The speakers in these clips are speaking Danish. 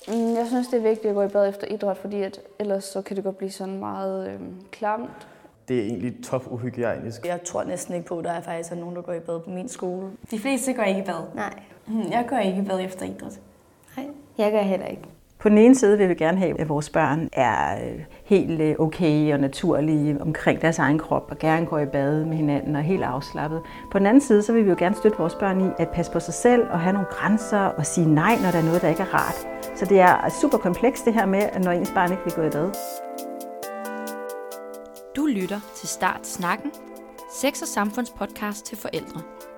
Jeg synes, det er vigtigt at gå i bad efter idræt, fordi ellers så kan det godt blive sådan meget klamt. Det er egentlig top uhygiejnisk. Jeg tror næsten ikke på, at der faktisk er nogen, der går i bad på min skole. De fleste går ikke i bad. Nej. Jeg går ikke i bad efter idræt. Nej, jeg gør heller ikke. På den ene side vil vi gerne have, at vores børn er helt okay og naturlige omkring deres egen krop og gerne går i bad med hinanden og er helt afslappet. På den anden side så vil vi jo gerne støtte vores børn i at passe på sig selv og have nogle grænser og sige nej, når der er noget, der ikke er rart. Så det er super komplekst det her med, at når ens barn ikke vil gå i bad. Du lytter til Start Snakken, sex- og samfundspodcast til forældre.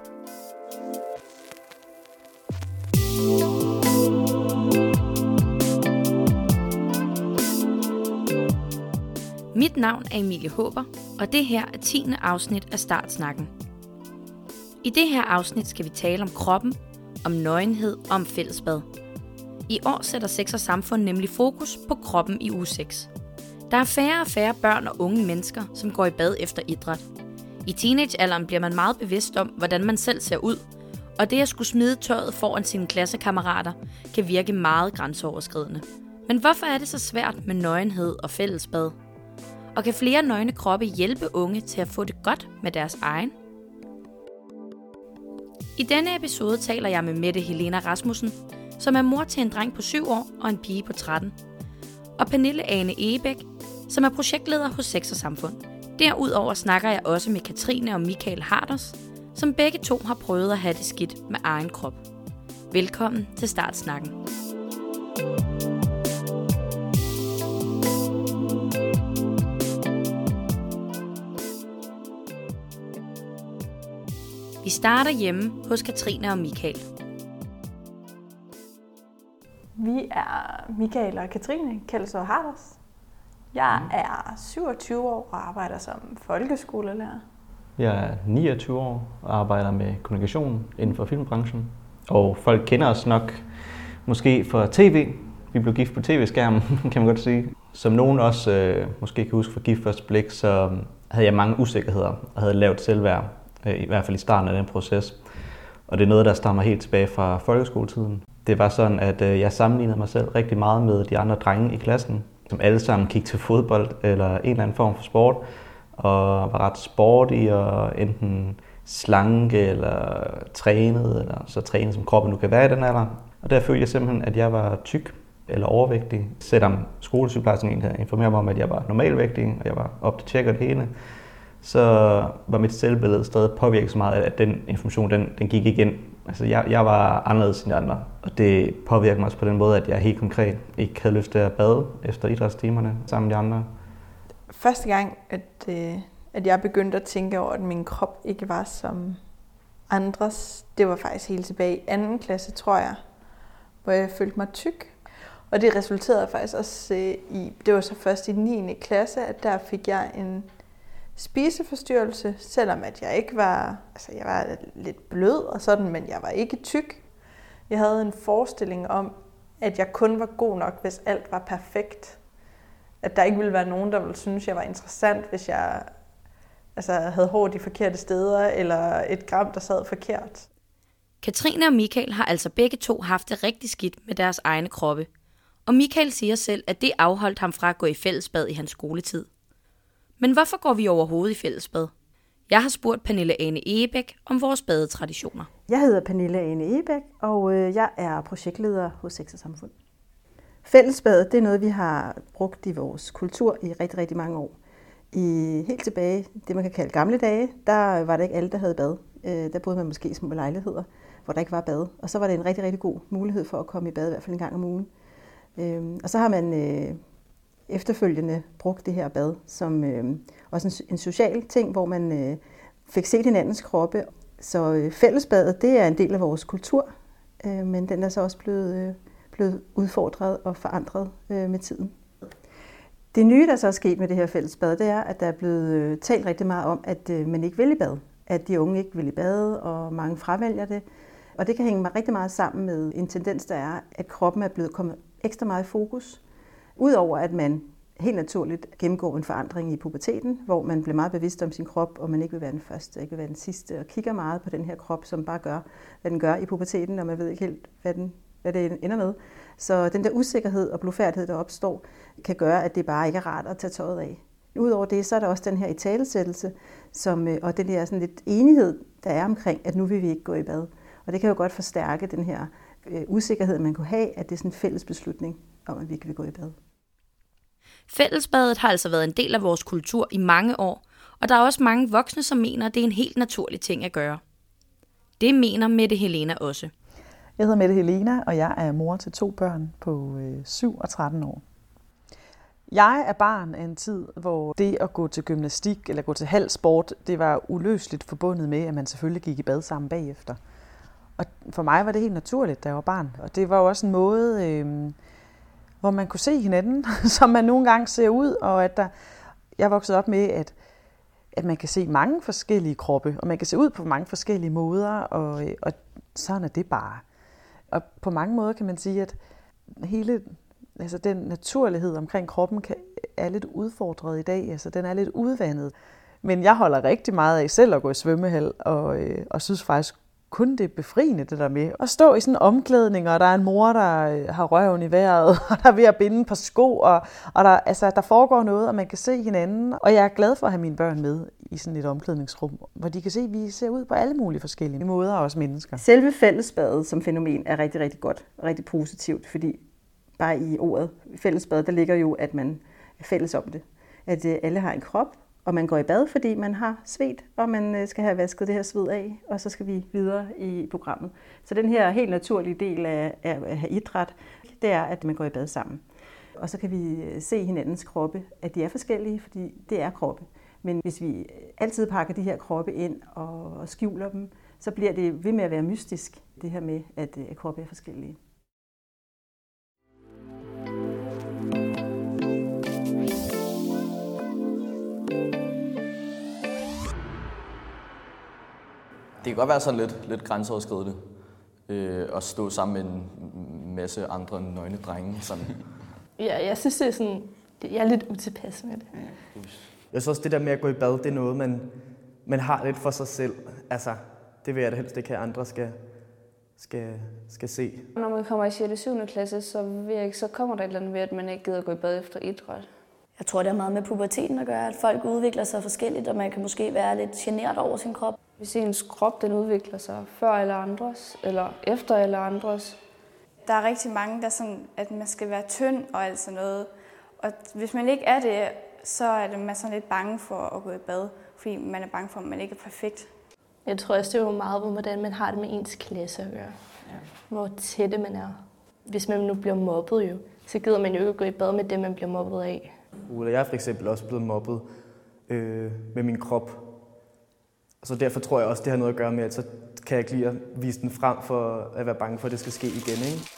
Mit navn er Emilie Håber, og det her er 10. afsnit af Start Snakken. I det her afsnit skal vi tale om kroppen, om nøgenhed og om fællesbad. I år sætter Sex og Samfund nemlig fokus på kroppen i uge 6. Der er færre og færre børn og unge mennesker, som går i bad efter idræt. I teenagealderen bliver man meget bevidst om, hvordan man selv ser ud, og det at skulle smide tøjet foran sine klassekammerater kan virke meget grænseoverskridende. Men hvorfor er det så svært med nøgenhed og fællesbad? Og kan flere nøgne kroppe hjælpe unge til at få det godt med deres egen? I denne episode taler jeg med Mette Helena Rasmussen, som er mor til en dreng på 7 år og en pige på 13. Og Pernille Ane Egebæk, som er projektleder hos Sex og Samfund. Derudover snakker jeg også med Katrine og Michael Harders, som begge to har prøvet at have det skidt med egen krop. Velkommen til Startsnakken. Vi starter hjemme hos Katrine og Michael. Vi er Michael og Katrine Kjeldsø Harders. Jeg er 27 år og arbejder som folkeskolelærer. Jeg er 29 år og arbejder med kommunikation inden for filmbranchen. Og folk kender os nok måske fra tv. Vi blev gift på tv-skærmen, kan man godt sige. Som nogen også måske kan huske fra Gift første blik, så havde jeg mange usikkerheder og havde lavt selvværd. I hvert fald i starten af den proces. Og det er noget, der stammer helt tilbage fra folkeskoletiden. Det var sådan, at jeg sammenlignede mig selv rigtig meget med de andre drenge i klassen, som alle sammen gik til fodbold eller en eller anden form for sport, og var ret sporty og enten slanke eller trænet, eller så trænet som kroppen nu kan være i den alder. Og der følte jeg simpelthen, at jeg var tyk eller overvægtig, selvom skolesygeplejersken egentlig havde informeret mig om, at jeg var normalvægtig, og jeg var op til tjekke det hele. Så var mit selvbillede stadig påvirket så meget, at den information, den gik igen. Altså, jeg var anderledes end de andre, og det påvirkede mig også på den måde, at jeg helt konkret ikke havde lyst til at bade efter idrætstimerne sammen med de andre. Første gang, at jeg begyndte at tænke over, at min krop ikke var som andres, det var faktisk helt tilbage i 2. klasse, tror jeg, hvor jeg følte mig tyk. Og det resulterede faktisk også det var så først i 9. klasse, at der fik jeg en spiseforstyrrelse, selvom at jeg ikke var, jeg var lidt blød og sådan, men jeg var ikke tyk. Jeg havde en forestilling om, at jeg kun var god nok, hvis alt var perfekt. At der ikke ville være nogen, der ville synes, jeg var interessant, hvis jeg havde hår de forkerte steder, eller et gram, der sad forkert. Katrine og Michael har altså begge to haft det rigtig skidt med deres egne kroppe. Og Michael siger selv, at det afholdt ham fra at gå i fællesbad i hans skoletid. Men hvorfor går vi overhovedet i fællesbad? Jeg har spurgt Pernille Ane Egebæk om vores badetraditioner. Jeg hedder Pernille Ane Egebæk, og jeg er projektleder hos Sex og Samfund. Fællesbadet, det er noget, vi har brugt i vores kultur i rigtig, rigtig mange år. Helt tilbage, det man kan kalde gamle dage, der var det ikke alle, der havde bad. Der boede man måske i små lejligheder, hvor der ikke var bad. Og så var det en rigtig, rigtig god mulighed for at komme i bad, i hvert fald en gang om ugen. Og så har man efterfølgende brugt det her bad som også en social ting, hvor man fik set hinandens kroppe. Så fællesbadet, det er en del af vores kultur, men den er så også blevet udfordret og forandret med tiden. Det nye, der så er sket med det her fællesbad, det er, at der er blevet talt rigtig meget om, at man ikke vil i bad. At de unge ikke vil i bad, og mange fravælger det. Og det kan hænge rigtig meget sammen med en tendens, der er, at kroppen er blevet kommet ekstra meget i fokus. Udover at man helt naturligt gennemgår en forandring i puberteten, hvor man bliver meget bevidst om sin krop, og man ikke vil være den første, ikke vil være den sidste, og kigger meget på den her krop, som bare gør, hvad den gør i puberteten, og man ved ikke helt, hvad hvad det ender med. Så den der usikkerhed og blufærdighed, der opstår, kan gøre, at det bare ikke er rart at tage tøjet af. Udover det, så er der også den her italesættelse, og den der sådan lidt enighed, der er omkring, at nu vil vi ikke gå i bad. Og det kan jo godt forstærke den her usikkerhed, man kunne have, at det er sådan en fælles beslutning om, at vi ikke vil gå i bad. Fællesbadet har altså været en del af vores kultur i mange år, og der er også mange voksne, som mener, at det er en helt naturlig ting at gøre. Det mener Mette Helena også. Jeg hedder Mette Helena, og jeg er mor til 2 børn på 7 og 13 år. Jeg er barn af en tid, hvor det at gå til gymnastik eller gå til halvsport, det var uløseligt forbundet med, at man selvfølgelig gik i bad sammen bagefter. Og for mig var det helt naturligt, da jeg var barn. Og det var jo også en måde, hvor man kunne se hinanden, som man nogle gange ser ud. Og at jeg voksede op med, at man kan se mange forskellige kroppe, og man kan se ud på mange forskellige måder, og sådan er det bare. Og på mange måder kan man sige, at hele den naturlighed omkring kroppen er lidt udfordret i dag. Altså, den er lidt udvandet. Men jeg holder rigtig meget af selv at gå i svømmehal, og synes faktisk kun det er befriende, det der med at stå i sådan en omklædning, og der er en mor, der har røven i vejret, og der er ved at binde et par sko, og der foregår noget, og man kan se hinanden. Og jeg er glad for at have mine børn med i sådan et omklædningsrum, hvor de kan se, at vi ser ud på alle mulige forskellige måder, også mennesker. Selve fællesbadet som fænomen er rigtig, rigtig godt, rigtig positivt, fordi bare i ordet fællesbad, der ligger jo, at man er fælles om det. At alle har en krop, og man går i bad, fordi man har svedt, og man skal have vasket det her sved af, og så skal vi videre i programmet. Så den her helt naturlige del af at have idræt, det er, at man går i bad sammen. Og så kan vi se hinandens kroppe, at de er forskellige, fordi det er kroppe. Men hvis vi altid pakker de her kroppe ind og skjuler dem, så bliver det ved med at være mystisk, det her med, at kroppe er forskellige. Det kan godt være sådan lidt grænseoverskridende at stå sammen med en masse andre nøgne drenge. Sådan. Ja, jeg synes, det er sådan, jeg er lidt utilpas med det. Jeg synes også, det der med at gå i bad, det er noget, man har lidt for sig selv. Altså, det vil jeg da helst ikke have, andre skal se. Når man kommer i 6. og 7. klasse, så kommer der et eller andet ved, at man ikke gider at gå i bad efter idræt. Jeg tror, det har meget med puberteten at gøre, at folk udvikler sig forskelligt, og man kan måske være lidt genert over sin krop. Hvis ens krop den udvikler sig før eller andres, eller efter eller andres. Der er rigtig mange, der sådan, at man skal være tynd og alt sådan noget. Og hvis man ikke er det, så er man sådan lidt bange for at gå i bad, fordi man er bange for, at man ikke er perfekt. Jeg tror også, det er jo meget, hvordan man har det med ens klasse at gøre. Ja. Hvor tætte man er. Hvis man nu bliver mobbet jo, så gider man jo ikke gå i bad med det, man bliver mobbet af. Jeg er for eksempel også blevet mobbet med min krop. Så derfor tror jeg også, det har noget at gøre med, at så kan jeg ikke lide at vise den frem for at være bange for, at det skal ske igen. Ikke?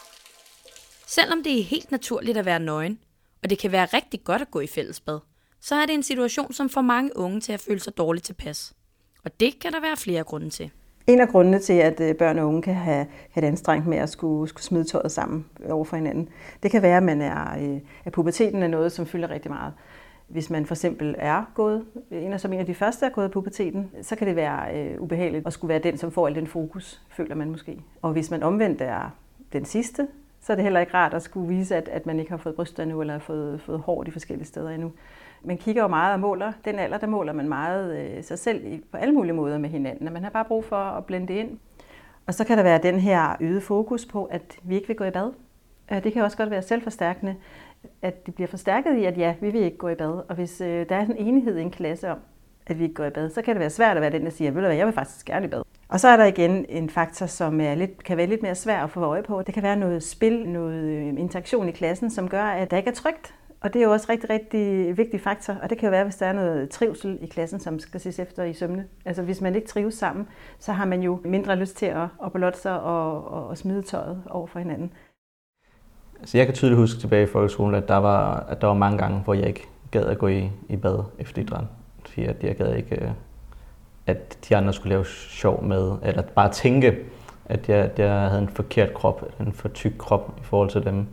Selvom det er helt naturligt at være nøgen, og det kan være rigtig godt at gå i fællesbad, så er det en situation, som får mange unge til at føle sig dårligt tilpas. Og det kan der være flere grunde til. En af grundene til, at børn og unge kan have det anstrengt med at skulle smide tøjet sammen over for hinanden, det kan være, at man at puberteten er noget, som fylder rigtig meget. Hvis man for eksempel er gået, en af de første er gået i puberteten, så kan det være ubehageligt at skulle være den, som får al den fokus, føler man måske. Og hvis man omvendt er den sidste, så er det heller ikke rart at skulle vise, at man ikke har fået bryster endnu, eller har fået hår de forskellige steder endnu. Man kigger jo meget og måler. Den alder, der måler man meget sig selv på alle mulige måder med hinanden. Og man har bare brug for at blende det ind. Og så kan der være den her øgede fokus på, at vi ikke vil gå i bad. Det kan også godt være selvforstærkende, at det bliver forstærket i, at ja, vi vil ikke gå i bad. Og hvis der er sådan en enighed i en klasse om, at vi ikke går i bad, så kan det være svært at være den, der siger, jeg vil faktisk gerne i bad. Og så er der igen en faktor, som kan være lidt mere svær at få øje på. Det kan være noget spil, noget interaktion i klassen, som gør, at der ikke er trygt. Og det er jo også rigtig, rigtig vigtig faktor. Og det kan jo være, hvis der er noget trivsel i klassen, som skal ses efter i sømne. Altså hvis man ikke trives sammen, så har man jo mindre lyst til at belotte sig og smide tøjet over for hinanden. Altså jeg kan tydeligt huske tilbage i folkeskolen, at der var mange gange, hvor jeg ikke gad at gå i bad efter idræt. Fordi at jeg gad ikke, at de andre skulle lave sjov med, eller bare tænke, at jeg havde en forkert krop, en for tyk krop i forhold til dem.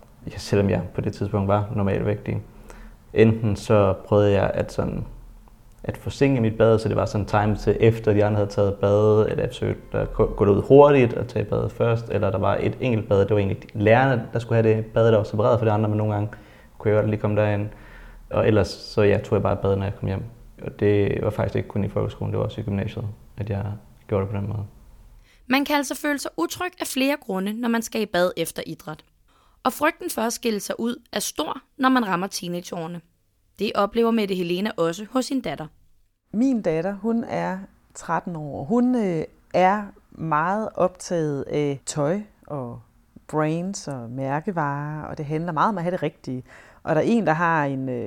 Selvom jeg på det tidspunkt var normalvægtig. Enten så prøvede jeg at sådan at forsinke mit bad, så det var sådan time til efter de andre havde taget bad, eller jeg forsøgte at gå ud hurtigt og tage badet først, eller der var et enkelt bad, det var egentlig lærerne, der skulle have det bad, der var separeret for de andre, men nogle gange kunne jeg godt lige komme derind. Og ellers så tog jeg bare bad, når jeg kom hjem. Og det var faktisk ikke kun i folkeskolen, det var også i gymnasiet, at jeg gjorde det på den måde. Man kan altså føle sig utryg af flere grunde, når man skal i bad efter idræt. Og frygten for at skille sig ud er stor, når man rammer teenageårene. Det oplever Mette Helena også hos sin datter. Min datter, hun er 13 år. Hun er meget optaget af tøj og brands og mærkevarer, og det handler meget om at have det rigtige. Og der er en, der har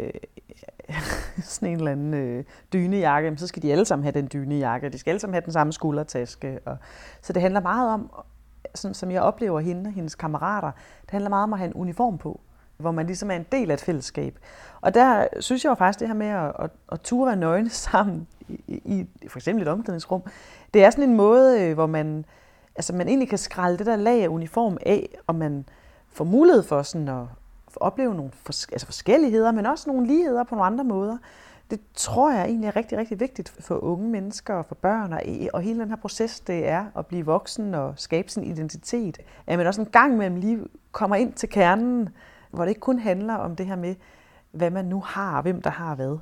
sådan en eller anden dynejakke, så skal de alle sammen have den dynejakke, de skal alle sammen have den samme skuldertaske. Så det handler meget om, som jeg oplever hende og hendes kammerater, det handler meget om at have en uniform på, hvor man ligesom er en del af et fællesskab. Og der synes jeg jo faktisk, det her med at ture være nøgne sammen i for eksempel et omklædningsrum, det er sådan en måde, hvor man egentlig kan skrælle det der lag af uniform af, og man får mulighed for sådan at opleve nogle forskelligheder, men også nogle ligheder på nogle andre måder. Det tror jeg egentlig er rigtig, rigtig vigtigt for unge mennesker og for børn, og hele den her proces, det er at blive voksen og skabe sin identitet. At man også en gang imellem lige kommer ind til kernen, hvor det ikke kun handler om det her med, hvad man nu har, og hvem der har hvad.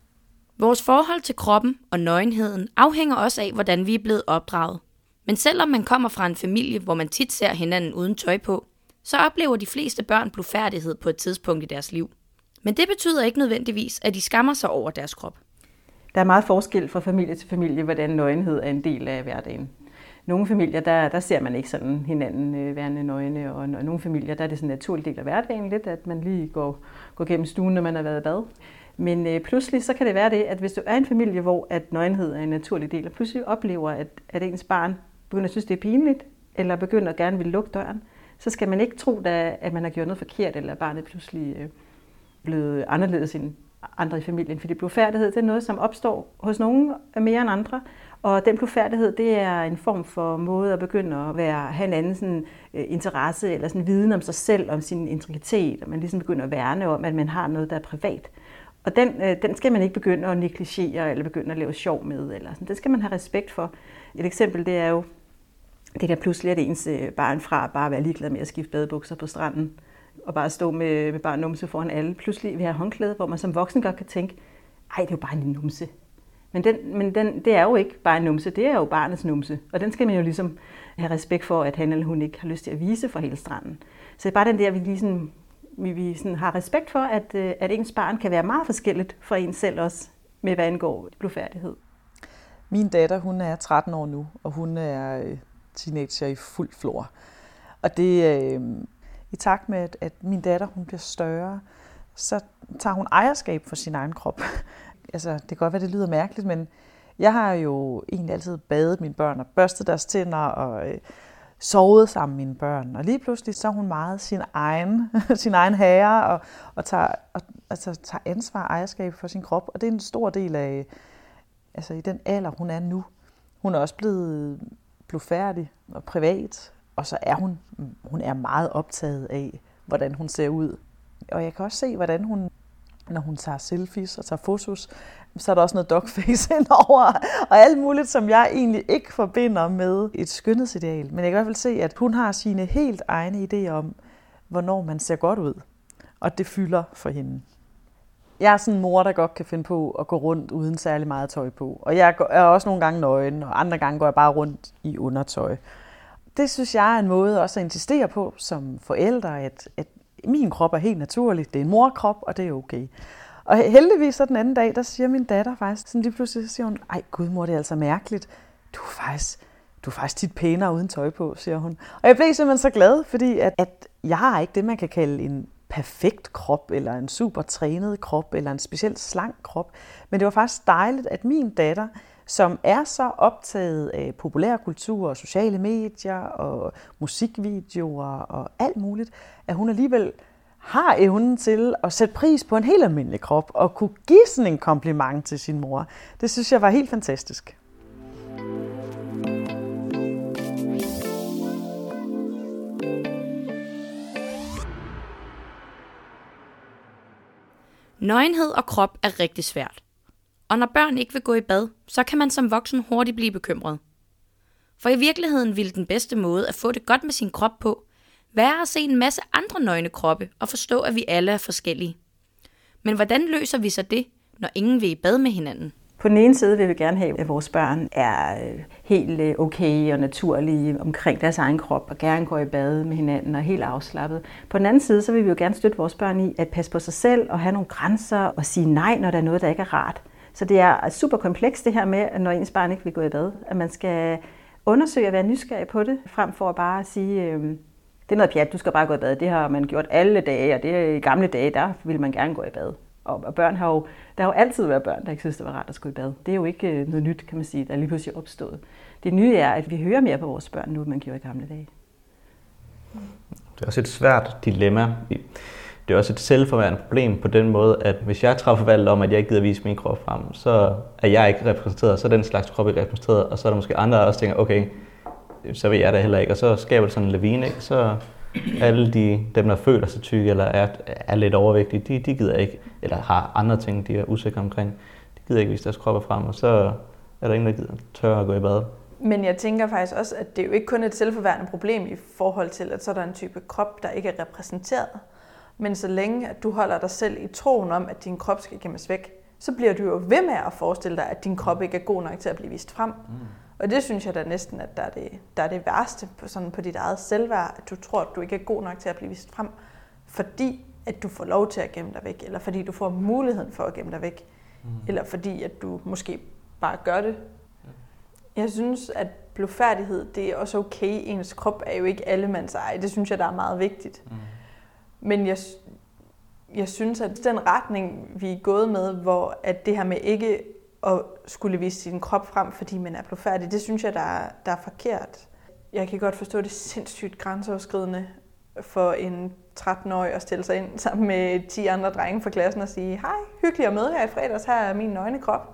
Vores forhold til kroppen og nøgenheden afhænger også af, hvordan vi er blevet opdraget. Men selvom man kommer fra en familie, hvor man tit ser hinanden uden tøj på, så oplever de fleste børn blufærdighed på et tidspunkt i deres liv. Men det betyder ikke nødvendigvis, at de skammer sig over deres krop. Der er meget forskel fra familie til familie, hvordan nøgenhed er en del af hverdagen. Nogle familier, der ser man ikke sådan hinanden værende nøgne, og nogle familier, der er det sådan en naturlig del af hverdagen lidt, at man lige går gennem stuen, når man har været i bad. Men pludselig så kan det være det, at hvis du er en familie, hvor at nøgenhed er en naturlig del, og pludselig oplever, at ens barn begynder at synes, det er pinligt, eller begynder at gerne vil lukke døren, så skal man ikke tro, at man har gjort noget forkert, eller barnet pludselig blevet anderledes end andre i familien. Fordi blufærdighed, det er noget, som opstår hos nogen mere end andre. Og den blufærdighed, det er en form for måde at begynde at have en anden sådan, interesse, eller sådan viden om sig selv, om sin integritet, og man ligesom begynder at værne om, at man har noget, der er privat. Og den skal man ikke begynde at negligere, eller begynde at lave sjov med. Eller sådan. Det skal man have respekt for. Et eksempel, det er jo, det der pludselig er det ens barn fra bare at være ligeglad med at skifte badebukser på stranden, og bare stå med bare numse foran alle. Pludselig vil have håndklæde, hvor man som voksen godt kan tænke, ej, det er jo bare en numse. Men det er jo ikke bare en numse, det er jo barnets numse. Og den skal man jo ligesom have respekt for, at han eller hun ikke har lyst til at vise for hele stranden. Så det er bare den der, vi sådan har respekt for, at ens barn kan være meget forskelligt fra en selv også, med hvad angår blufærdighed. Min datter, hun er 13 år nu, og hun er teenager i fuld flor. Og det i takt med, at min datter hun bliver større, så tager hun ejerskab for sin egen krop. Altså, det kan godt være, det lyder mærkeligt, men jeg har jo egentlig altid badet mine børn og børstet deres tænder og sovet sammen med mine børn. Og lige pludselig så er hun meget sin egen herre og tager ansvar og ejerskab for sin krop. Og det er en stor del af, altså i den alder, hun er nu. Hun er også blevet blufærdig og privat, og så er hun er meget optaget af, hvordan hun ser ud. Og jeg kan også se, hvordan hun, når hun tager selfies og tager fotos, så er der også noget dogface indover, og alt muligt, som jeg egentlig ikke forbinder med et skønhedsideal. Men jeg kan i hvert fald se, at hun har sine helt egne idéer om, hvornår man ser godt ud, og det fylder for hende. Jeg er sådan en mor, der godt kan finde på at gå rundt uden særlig meget tøj på. Og jeg er også nogle gange nøgen, og andre gange går jeg bare rundt i undertøj. Det synes jeg er en måde også at insistere på som forældre, at min krop er helt naturlig. Det er en morkrop, og det er okay. Og heldigvis så den anden dag, der siger min datter faktisk, sådan lige pludselig siger hun, ej gud mor, det er altså mærkeligt. Du er faktisk tit pænere uden tøj på, siger hun. Og jeg blev simpelthen så glad, fordi at jeg har ikke det, man kan kalde en perfekt krop, eller en super trænet krop, eller en specielt slank krop. Men det var faktisk dejligt, at min datter, som er så optaget af populærkultur og sociale medier og musikvideoer og alt muligt, at hun alligevel har evnen til at sætte pris på en helt almindelig krop og kunne give sådan en kompliment til sin mor. Det synes jeg var helt fantastisk. Nøgenhed og krop er rigtig svært. Og når børn ikke vil gå i bad, så kan man som voksen hurtigt blive bekymret. For i virkeligheden ville den bedste måde at få det godt med sin krop på, være at se en masse andre nøgne kroppe og forstå, at vi alle er forskellige. Men hvordan løser vi så det, når ingen vil i bad med hinanden? På den ene side vil vi gerne have, at vores børn er helt okay og naturlige omkring deres egen krop og gerne går i bad med hinanden og helt afslappet. På den anden side så vil vi jo gerne støtte vores børn i at passe på sig selv og have nogle grænser og sige nej, når der er noget, der ikke er rart. Så det er super komplekst det her med, at når ens barn ikke vil gå i bad, at man skal undersøge at være nysgerrig på det, frem for at bare sige, det er noget pjat, du skal bare gå i bad. Det har man gjort alle dage, og det er i gamle dage, der vil man gerne gå i bad. Og børn har jo, der har jo altid været børn, der ikke synes, det var rart at gå i bad. Det er jo ikke noget nyt, kan man sige, der er lige pludselig opstået. Det nye er, at vi hører mere på vores børn nu, end man gjorde i gamle dage. Det er også et svært dilemma. Det er også et selvforværende problem på den måde, at hvis jeg træffer valget om, at jeg ikke gider vise min krop frem, så er jeg ikke repræsenteret, så er den slags krop ikke repræsenteret, og så er der måske andre, der også tænker, okay, så vil jeg da heller ikke, og så skaber det sådan en lavine, ikke? Så alle dem, der føler sig tykke eller er lidt overvægtige, de gider ikke, eller har andre ting, de er usikre omkring, de gider ikke vise deres kroppe frem, og så er der ingen, der gider tør at gå i bad. Men jeg tænker faktisk også, at det er jo ikke kun et selvforværende problem i forhold til, at så er der en type krop, der ikke er repræsenteret. Men så længe at du holder dig selv i troen om, at din krop skal gemmes væk, så bliver du jo ved med at forestille dig, at din krop ikke er god nok til at blive vist frem. Og det synes jeg da næsten, at der er det værste på dit eget selvværd, at du tror, at du ikke er god nok til at blive vist frem, fordi at du får lov til at gemme dig væk, eller fordi du får muligheden for at gemme dig væk, eller fordi at du måske bare gør det. Jeg synes, at blufærdighed, det er også okay. Ens krop er jo ikke allemands eje. Det synes jeg, der er meget vigtigt. Men jeg synes, at den retning, vi er gået med, hvor at det her med ikke at skulle vise sin krop frem, fordi man er blufærdig, det synes jeg, der er forkert. Jeg kan godt forstå, det sindssygt grænseoverskridende for en 13-årig at stille sig ind sammen med 10 andre drenge fra klassen og sige, hej, hyggeligt at møde her i fredags, her er min nøgne krop.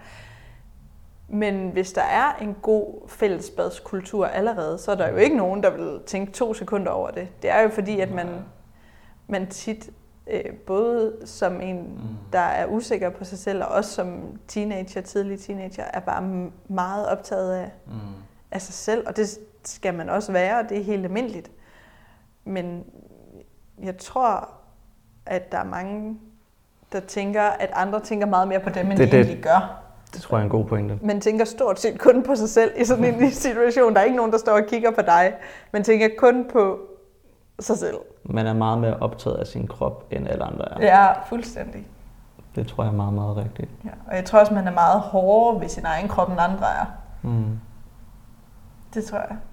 Men hvis der er en god fællesbadskultur allerede, så er der jo ikke nogen, der vil tænke 2 sekunder over det. Det er jo fordi, at man tit, både som en, der er usikker på sig selv, og også som tidlig teenager, er bare meget optaget af sig selv. Og det skal man også være, og det er helt almindeligt. Men jeg tror, at der er mange, der tænker, at andre tænker meget mere på dem, end de egentlig gør. Det tror jeg er en god pointe. Man tænker stort set kun på sig selv i sådan en situation. Der er ikke nogen, der står og kigger på dig. Man tænker kun på sig selv. Man er meget mere optaget af sin krop, end alle andre er. Ja, fuldstændig. Det tror jeg er meget, meget rigtigt. Ja, og jeg tror også, man er meget hårdere ved sin egen krop, end andre er. Det tror jeg.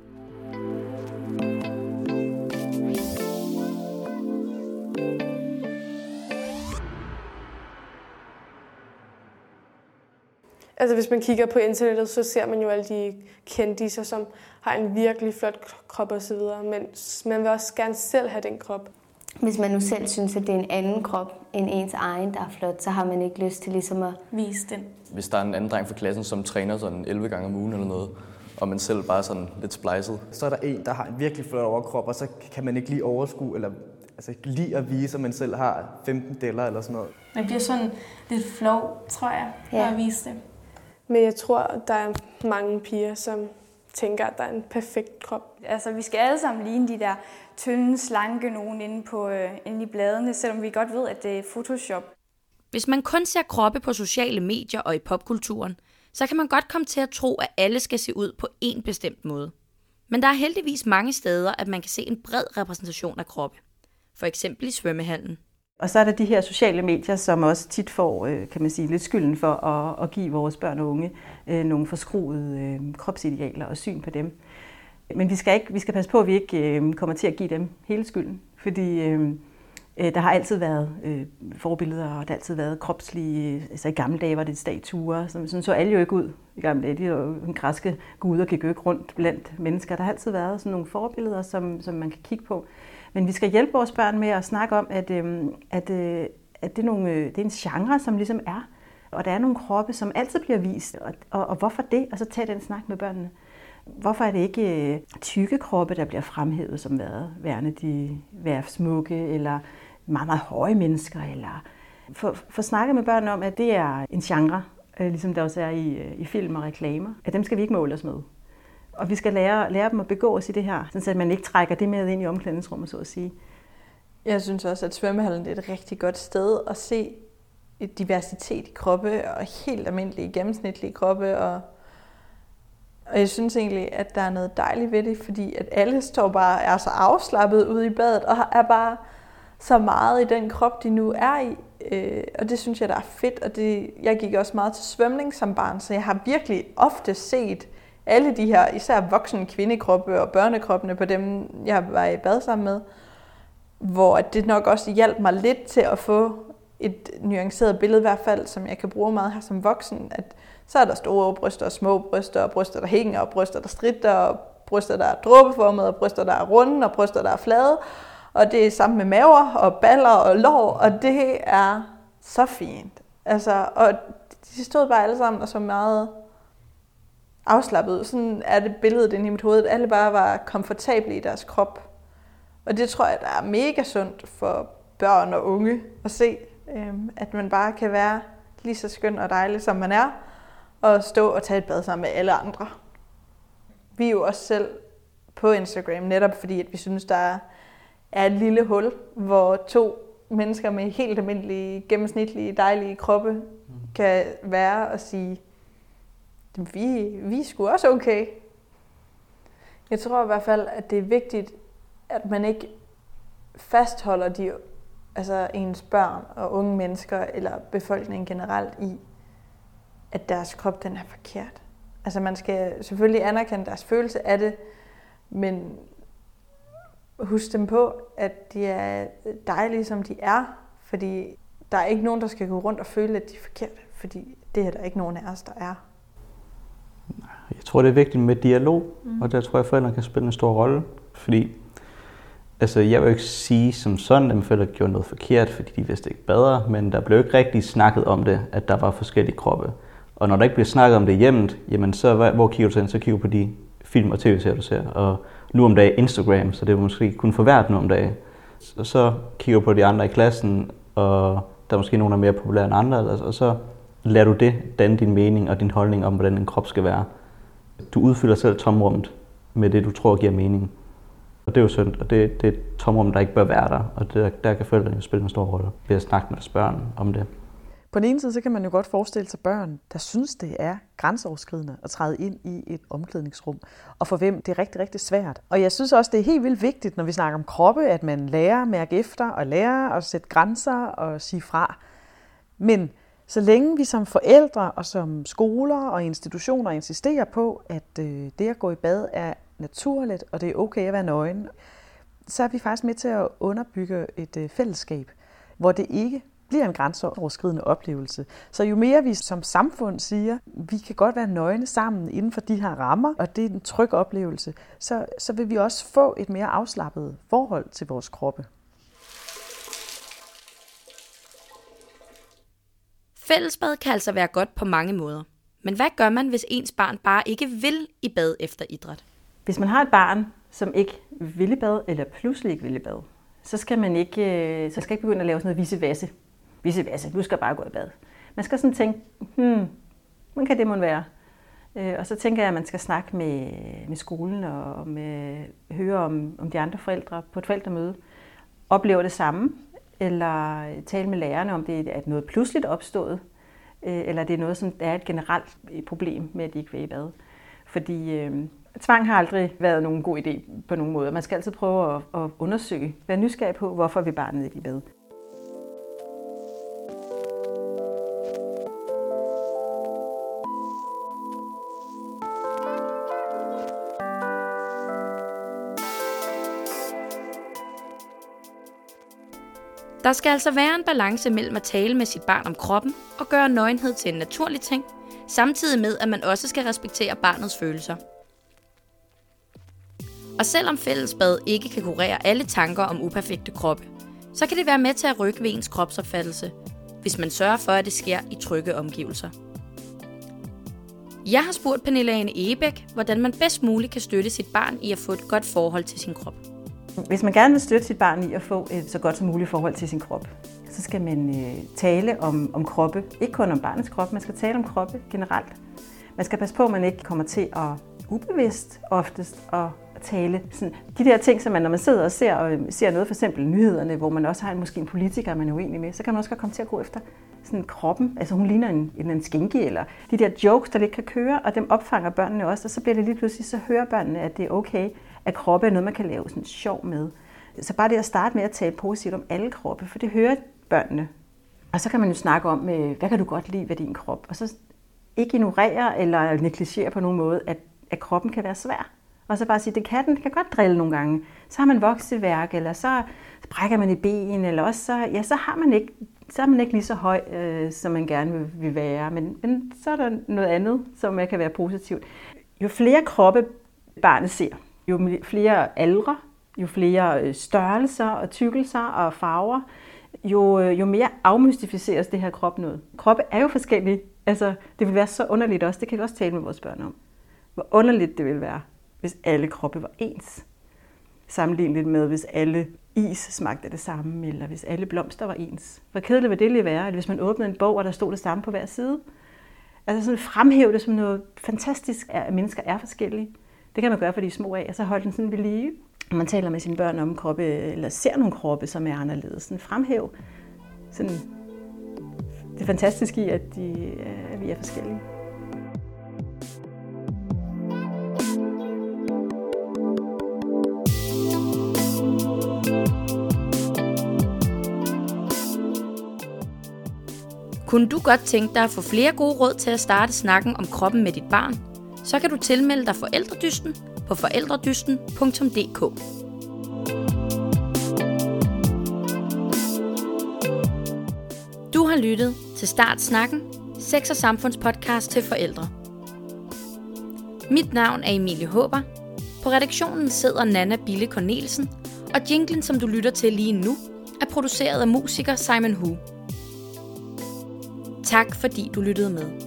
Altså hvis man kigger på internettet, så ser man jo alle de kendiser, som har en virkelig flot krop og så videre, men man vil også gerne selv have den krop. Hvis man nu selv synes, at det er en anden krop end ens egen, der er flot, så har man ikke lyst til ligesom at vise den. Hvis der er en anden dreng fra klassen, som træner sådan 11 gange om ugen eller noget, og man selv bare sådan lidt splicet. Så er der en, der har en virkelig flot overkrop, og så kan man ikke lige overskue, eller lige at vise, at man selv har 15 deller eller sådan noget. Man bliver sådan lidt flov, tror jeg, at vise det. Men jeg tror, der er mange piger, som tænker, at der er en perfekt krop. Altså, vi skal alle sammen ligne de der tynde, slanke nogen inde i bladene, selvom vi godt ved, at det er Photoshop. Hvis man kun ser kroppe på sociale medier og i popkulturen, så kan man godt komme til at tro, at alle skal se ud på én bestemt måde. Men der er heldigvis mange steder, at man kan se en bred repræsentation af kroppe. For eksempel i svømmehallen. Og så er der de her sociale medier, som også tit får, kan man sige, lidt skylden for at give vores børn og unge nogle forskruede kropsidealer og syn på dem. Men vi skal passe på, at vi ikke kommer til at give dem hele skylden, fordi der har altid været forbilleder, og der har altid været kropslige, altså i gamle dage var det statuer, sådan så alle jo ikke ud i gamle dage. De var jo en græske guder, gik jo ikke rundt blandt mennesker. Der har altid været sådan nogle forbilleder, som man kan kigge på. Men vi skal hjælpe vores børn med at snakke om, at det er en genre, som ligesom er. Og der er nogle kroppe, som altid bliver vist. Og hvorfor det? Og så tage den snak med børnene. Hvorfor er det ikke tykke kroppe, der bliver fremhævet som værende de smukke, eller meget, meget høje mennesker? Eller få snakket med børnene om, at det er en genre, ligesom der også er i film og reklamer, at dem skal vi ikke måle os med. Og vi skal lære dem at begå os i det her, så man ikke trækker det med ind i omklædningsrummet, så at sige. Jeg synes også, at svømmehallen er et rigtig godt sted at se diversitet i kroppe, og helt almindelige, gennemsnitlige kroppe. Og jeg synes egentlig, at der er noget dejligt ved det, fordi at alle står bare er så afslappet ude i badet, og er bare så meget i den krop, de nu er i. Og det synes jeg, der er fedt. Og jeg gik også meget til svømning som barn, så jeg har virkelig ofte set alle de her, især voksne kvindekroppe og børnekroppene på dem, jeg var i bad sammen med, hvor det nok også hjalp mig lidt til at få et nuanceret billede i hvert fald, som jeg kan bruge meget her som voksen, at så er der store bryster og små bryster, og bryster, der hænger, og bryster, der stritter, og bryster, der er dråbeformede, og bryster, der er runde, og bryster, der er flade. Og det er sammen med maver og baller og lår, og det er så fint. Altså, og de stod bare alle sammen og så meget afslappet. Sådan er det billedet inde i mit hoved, at alle bare var komfortable i deres krop. Og det tror jeg, der er mega sundt for børn og unge at se, at man bare kan være lige så skøn og dejlig, som man er, og stå og tage et bad sammen med alle andre. Vi er jo også selv på Instagram, netop fordi at vi synes, der er et lille hul, hvor 2 mennesker med helt almindelige, gennemsnitlige, dejlige kroppe kan være og sige, vi er sgu også okay. Jeg tror i hvert fald, at det er vigtigt, at man ikke fastholder ens børn og unge mennesker eller befolkningen generelt i, at deres krop den er forkert. Altså man skal selvfølgelig anerkende deres følelse af det, men husk dem på, at de er dejlige, som de er, fordi der er ikke nogen, der skal gå rundt og føle, at de er forkerte, fordi det er der ikke nogen af os, der er. Jeg tror, det er vigtigt med dialog, og der tror jeg, at forældre kan spille en stor rolle, fordi altså, jeg vil ikke sige som sådan, at forældre gjorde noget forkert, fordi de vidste ikke bedre, men der blev ikke rigtig snakket om det, at der var forskellige kroppe. Og når der ikke bliver snakket om det hjemmet, jamen så hvor kigger du hen? Så kigger du på de film og tv-serier, du ser. Og nu om dagen Instagram, så det er måske kun for hvert nu om dagen. Så kigger du på de andre i klassen, og der er måske nogen, der er mere populære end andre, og så lader du det danne din mening og din holdning om, hvordan en krop skal være. Du udfylder selv tomrummet med det, du tror giver mening. Og det er jo synd, og det er et tomrum, der ikke bør være der, og der kan forældrene jo spille en stor rolle ved at snakke med deres børn om det. På den ene side, så kan man jo godt forestille sig børn, der synes, det er grænseoverskridende at træde ind i et omklædningsrum, og for hvem det er rigtig, rigtig svært. Og jeg synes også, det er helt vildt vigtigt, når vi snakker om kroppe, at man lærer at mærke efter, og lærer at sætte grænser og sige fra. Men så længe vi som forældre og som skoler og institutioner insisterer på, at det at gå i bad er naturligt, og det er okay at være nøgen, så er vi faktisk med til at underbygge et fællesskab, hvor det ikke bliver en grænseoverskridende oplevelse. Så jo mere vi som samfund siger, vi kan godt være nøgne sammen inden for de her rammer, og det er en tryg oplevelse, så vil vi også få et mere afslappet forhold til vores kroppe. Fællesbad kan altså være godt på mange måder. Men hvad gør man, hvis ens barn bare ikke vil i bad efter idræt? Hvis man har et barn, som ikke vil i bad, eller pludselig ikke vil i bad, så skal man ikke begynde at lave sådan noget vice-vasse. Vice-vasse, du skal bare gå i bad. Man skal sådan tænke, hvordan kan det måtte være? Og så tænker jeg, at man skal snakke med skolen og høre om de andre forældre på et forældremøde. Oplever det samme, eller tale med lærerne om det er noget pludseligt opstået, eller det er noget, som er et generelt problem med, at de ikke vil i bad. Fordi tvang har aldrig været nogen god idé på nogen måde. Man skal altid prøve at undersøge, være nysgerrig på, hvorfor vil barnet ikke i bad. Der skal altså være en balance mellem at tale med sit barn om kroppen og gøre nøgenhed til en naturlig ting, samtidig med, at man også skal respektere barnets følelser. Og selvom fællesbad ikke kan kurere alle tanker om uperfekte kroppe, så kan det være med til at rykke ved ens kropsopfattelse, hvis man sørger for, at det sker i trygge omgivelser. Jeg har spurgt Pernille Ane Egebæk, hvordan man bedst muligt kan støtte sit barn i at få et godt forhold til sin krop. Hvis man gerne vil støtte sit barn i at få et så godt som muligt forhold til sin krop, så skal man tale om kroppe. Ikke kun om barnets krop, man skal tale om kroppe generelt. Man skal passe på, at man ikke kommer til at ubevidst oftest at tale sådan, de der ting, som man, når man sidder og ser noget, for eksempel nyhederne, hvor man også har måske en politiker, man er uenig med, så kan man også godt komme til at gå efter sådan kroppen. Altså hun ligner en skinke, eller de der jokes, der lidt kan køre, og dem opfanger børnene også, og så bliver det lige pludselig, så hører børnene, at det er okay, at kroppe er noget, man kan lave sådan sjov med. Så bare det at starte med at tale positivt om alle kroppe, for det hører børnene. Og så kan man jo snakke om, hvad kan du godt lide ved din krop, og så ikke ignorere eller negligere på nogen måde, at kroppen kan være svær. Og så bare sige, det kan godt drille nogle gange. Så har man vokseværk, eller så brækker man i ben, eller også så har man ikke lige så høj, som man gerne vil være. Men så er der noget andet, som kan være positivt. Jo flere kroppe barnet ser, jo flere aldre, jo flere størrelser og tykkelser og farver, jo mere afmystificeres det her krop noget. Kroppe er jo forskellige. Altså, det vil være så underligt også. Det kan vi også tale med vores børn om. Hvor underligt det vil være, hvis alle kroppe var ens. Sammenlignet med, hvis alle is smagte det samme, eller hvis alle blomster var ens. Hvor kedeligt vil det lige være, at hvis man åbnede en bog, og der stod det samme på hver side. Altså sådan fremhæve det som noget fantastisk, at mennesker er forskellige. Det kan man gøre for de små af, og så holde den sådan ved lige. Når man taler med sine børn om kroppe, eller ser nogle kroppe, som er anderledes. Sådan fremhæv sådan det fantastiske i, at vi er forskellige. Kunne du godt tænke dig at få flere gode råd til at starte snakken om kroppen med dit barn, så kan du tilmelde dig Forældredysten på forældredysten.dk. Du har lyttet til Start Snakken, sex- og samfundspodcast til forældre. Mit navn er Emilie Håber. På redaktionen sidder Nana Bille Cornelsen, og jinglen, som du lytter til lige nu, er produceret af musiker Simon Hu. Tak fordi du lyttede med.